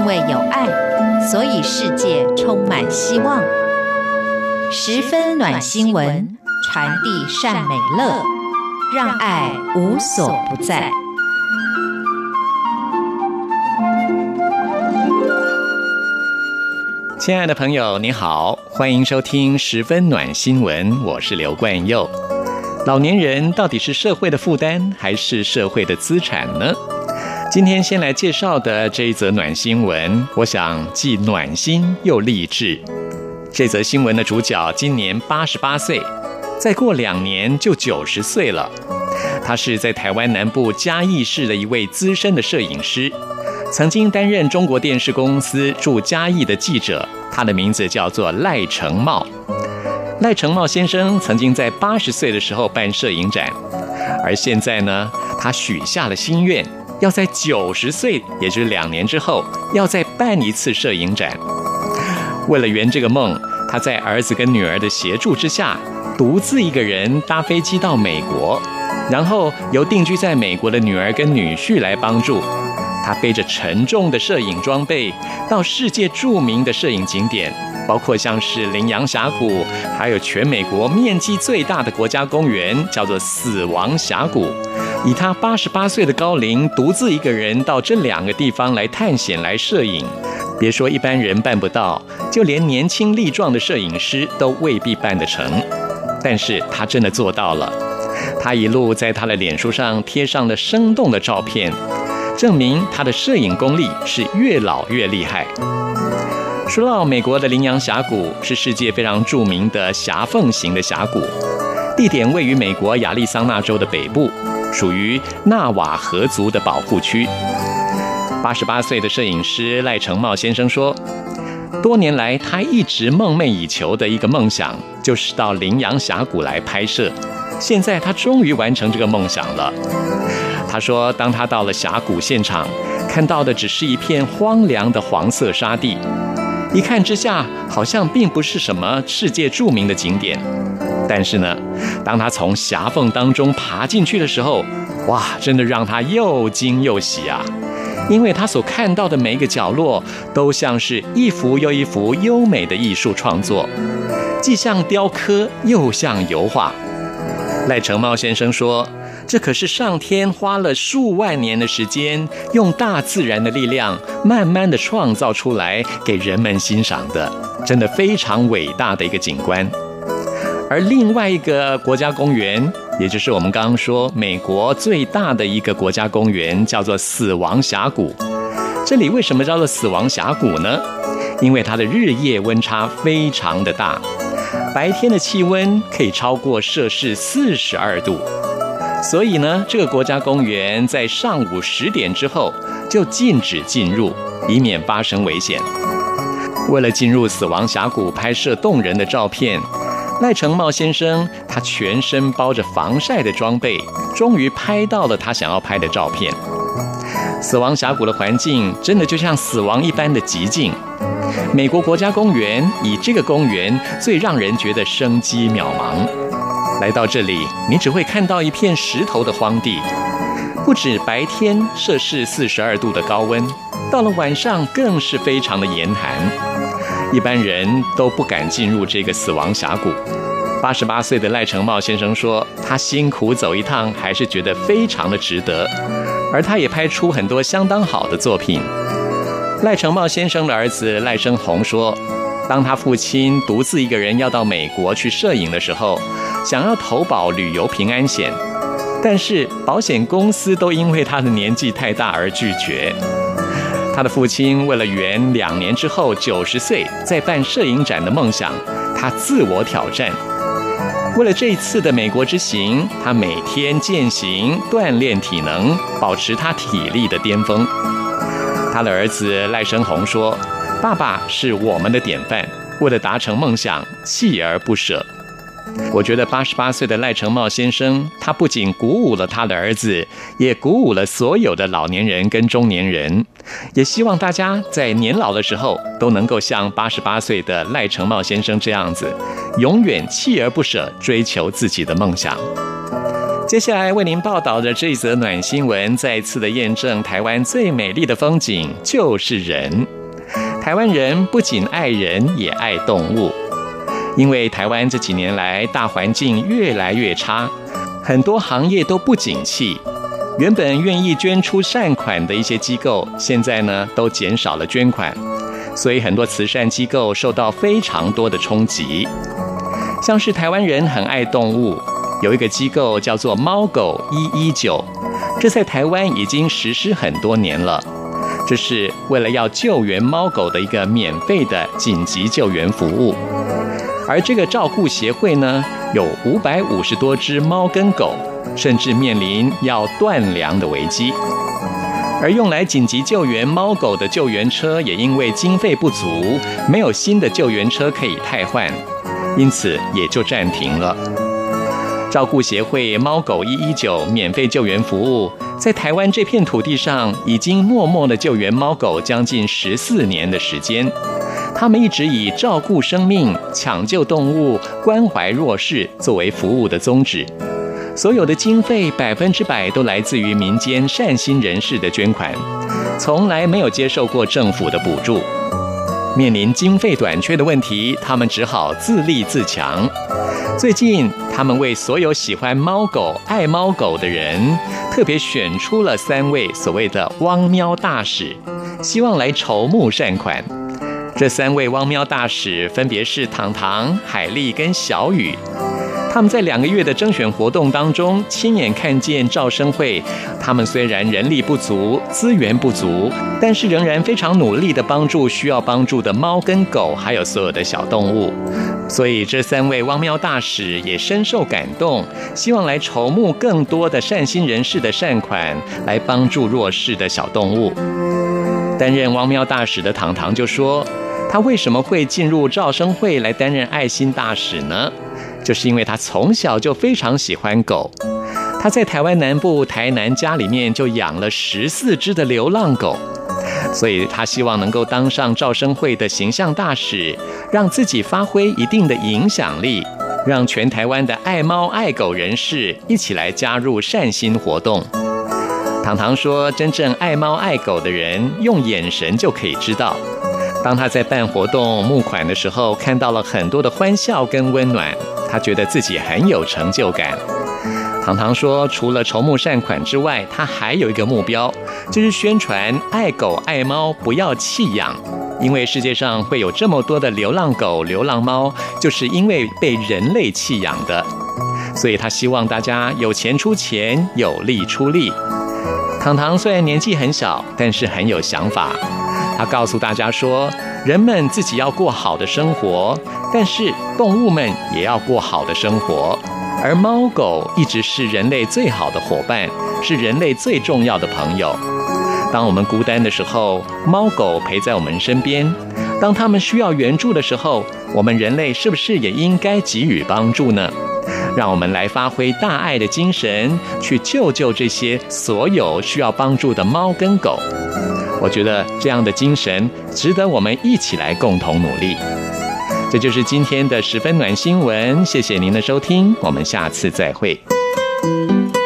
因为有爱，所以世界充满希望。十分暖新闻，传递善美乐，让爱无所不在。 亲爱的朋友，你好，欢迎收听十分暖新闻，我是刘冠佑。老年人到底是社会的负担，还是社会的资产呢？今天先来介绍的这一则暖新闻，我想既暖心又励志。这则新闻的主角今年88岁，再过2年就90岁了。他是在台湾南部嘉义市的一位资深的摄影师，曾经担任中国电视公司驻嘉义的记者，他的名字叫做赖承茂。赖承茂先生曾经在80岁的时候办摄影展，而现在呢，他许下了心愿，要在90岁，也就是2年之后，要再办一次摄影展。为了圆这个梦，他在儿子跟女儿的协助之下，独自一个人搭飞机到美国，然后由定居在美国的女儿跟女婿来帮助。他背着沉重的摄影装备，到世界著名的摄影景点，包括像是羚羊峡谷，还有全美国面积最大的国家公园，叫做死亡峡谷。以他88岁的高龄，独自一个人到这2个地方来探险、来摄影。别说一般人办不到，就连年轻力壮的摄影师都未必办得成。但是他真的做到了。他一路在他的脸书上贴上了生动的照片，证明他的摄影功力是越老越厉害。说到美国的羚羊峡谷，是世界非常著名的狭缝型的峡谷，地点位于美国亚利桑那州的北部，属于纳瓦河族的保护区。88岁的摄影师赖承茂先生说，多年来他一直梦寐以求的一个梦想，就是到羚羊峡谷来拍摄。现在他终于完成这个梦想了。他说，当他到了峡谷现场，看到的只是一片荒凉的黄色沙地，一看之下好像并不是什么世界著名的景点。但是呢，当他从峡缝当中爬进去的时候，哇，真的让他又惊又喜啊！因为他所看到的每一个角落都像是一幅又一幅优美的艺术创作，既像雕刻又像油画。赖承茂先生说，这可是上天花了数万年的时间，用大自然的力量慢慢的创造出来给人们欣赏的，真的非常伟大的一个景观。而另外一个国家公园，也就是我们刚刚说美国最大的一个国家公园，叫做死亡峡谷。这里为什么叫做死亡峡谷呢？因为它的日夜温差非常的大，白天的气温可以超过摄氏42度，所以呢，这个国家公园在上午10点之后就禁止进入，以免发生危险。为了进入死亡峡谷拍摄动人的照片，赖承茂先生他全身包着防晒的装备，终于拍到了他想要拍的照片。死亡峡谷的环境真的就像死亡一般的寂静。美国国家公园以这个公园最让人觉得生机渺茫。来到这里，你只会看到一片石头的荒地，不止白天摄氏42度的高温，到了晚上更是非常的严寒。一般人都不敢进入这个死亡峡谷。88岁的赖承茂先生说，他辛苦走一趟，还是觉得非常的值得。而他也拍出很多相当好的作品。赖承茂先生的儿子赖声宏说，当他父亲独自一个人要到美国去摄影的时候，想要投保旅游平安险，但是保险公司都因为他的年纪太大而拒绝。他的父亲为了圆2年之后90岁再办摄影展的梦想，他自我挑战。为了这一次的美国之行，他每天健行锻炼体能，保持他体力的巅峰。他的儿子赖声宏说，爸爸是我们的典范，为了达成梦想锲而不舍。我觉得88岁的赖承茂先生，他不仅鼓舞了他的儿子，也鼓舞了所有的老年人跟中年人，也希望大家在年老的时候都能够像88岁的赖承茂先生这样子，永远锲而不舍追求自己的梦想。 接下来为您报道的这一则暖新闻，再次的验证台湾最美丽的风景就是人。台湾人不仅爱人，也爱动物。因为台湾这几年来大环境越来越差，很多行业都不景气。原本愿意捐出善款的一些机构，现在呢都减少了捐款，所以很多慈善机构受到非常多的冲击。像是台湾人很爱动物，有一个机构叫做猫狗119，这在台湾已经实施很多年了。这是为了要救援猫狗的一个免费的紧急救援服务。而这个照顾协会呢，有550多只猫跟狗，甚至面临要断粮的危机。而用来紧急救援猫狗的救援车，也因为经费不足，没有新的救援车可以汰换，因此也就暂停了。照顾协会猫狗119免费救援服务，在台湾这片土地上，已经默默的救援猫狗将近14年的时间。他们一直以照顾生命、抢救动物、关怀弱势作为服务的宗旨。所有的经费100%都来自于民间善心人士的捐款，从来没有接受过政府的补助。面临经费短缺的问题，他们只好自立自强。最近，他们为所有喜欢猫狗、爱猫狗的人，特别选出了3位所谓的汪喵大使，希望来筹募善款。这3位汪喵大使分别是糖糖、海丽跟小雨。他们在2个月的征选活动当中，亲眼看见兆生会，他们虽然人力不足、资源不足，但是仍然非常努力的帮助需要帮助的猫跟狗，还有所有的小动物。所以这3位汪喵大使也深受感动，希望来筹募更多的善心人士的善款，来帮助弱势的小动物。担任汪喵大使的糖糖就说，他为什么会进入兆生会来担任爱心大使呢？就是因为他从小就非常喜欢狗，他在台湾南部台南家里面就养了14只的流浪狗，所以他希望能够当上兆生会的形象大使，让自己发挥一定的影响力，让全台湾的爱猫爱狗人士一起来加入善心活动。糖糖说，真正爱猫爱狗的人用眼神就可以知道，当他在办活动募款的时候，看到了很多的欢笑跟温暖，他觉得自己很有成就感。糖糖说，除了筹募善款之外，他还有一个目标，就是宣传爱狗爱猫不要弃养，因为世界上会有这么多的流浪狗流浪猫，就是因为被人类弃养的。所以他希望大家有钱出钱，有力出力。糖糖虽然年纪很小，但是很有想法。他告诉大家说，人们自己要过好的生活，但是动物们也要过好的生活。而猫狗一直是人类最好的伙伴，是人类最重要的朋友。当我们孤单的时候，猫狗陪在我们身边；当他们需要援助的时候，我们人类是不是也应该给予帮助呢？让我们来发挥大爱的精神，去救救这些所有需要帮助的猫跟狗。我觉得这样的精神值得我们一起来共同努力。这就是今天的10分暖新闻，谢谢您的收听，我们下次再会。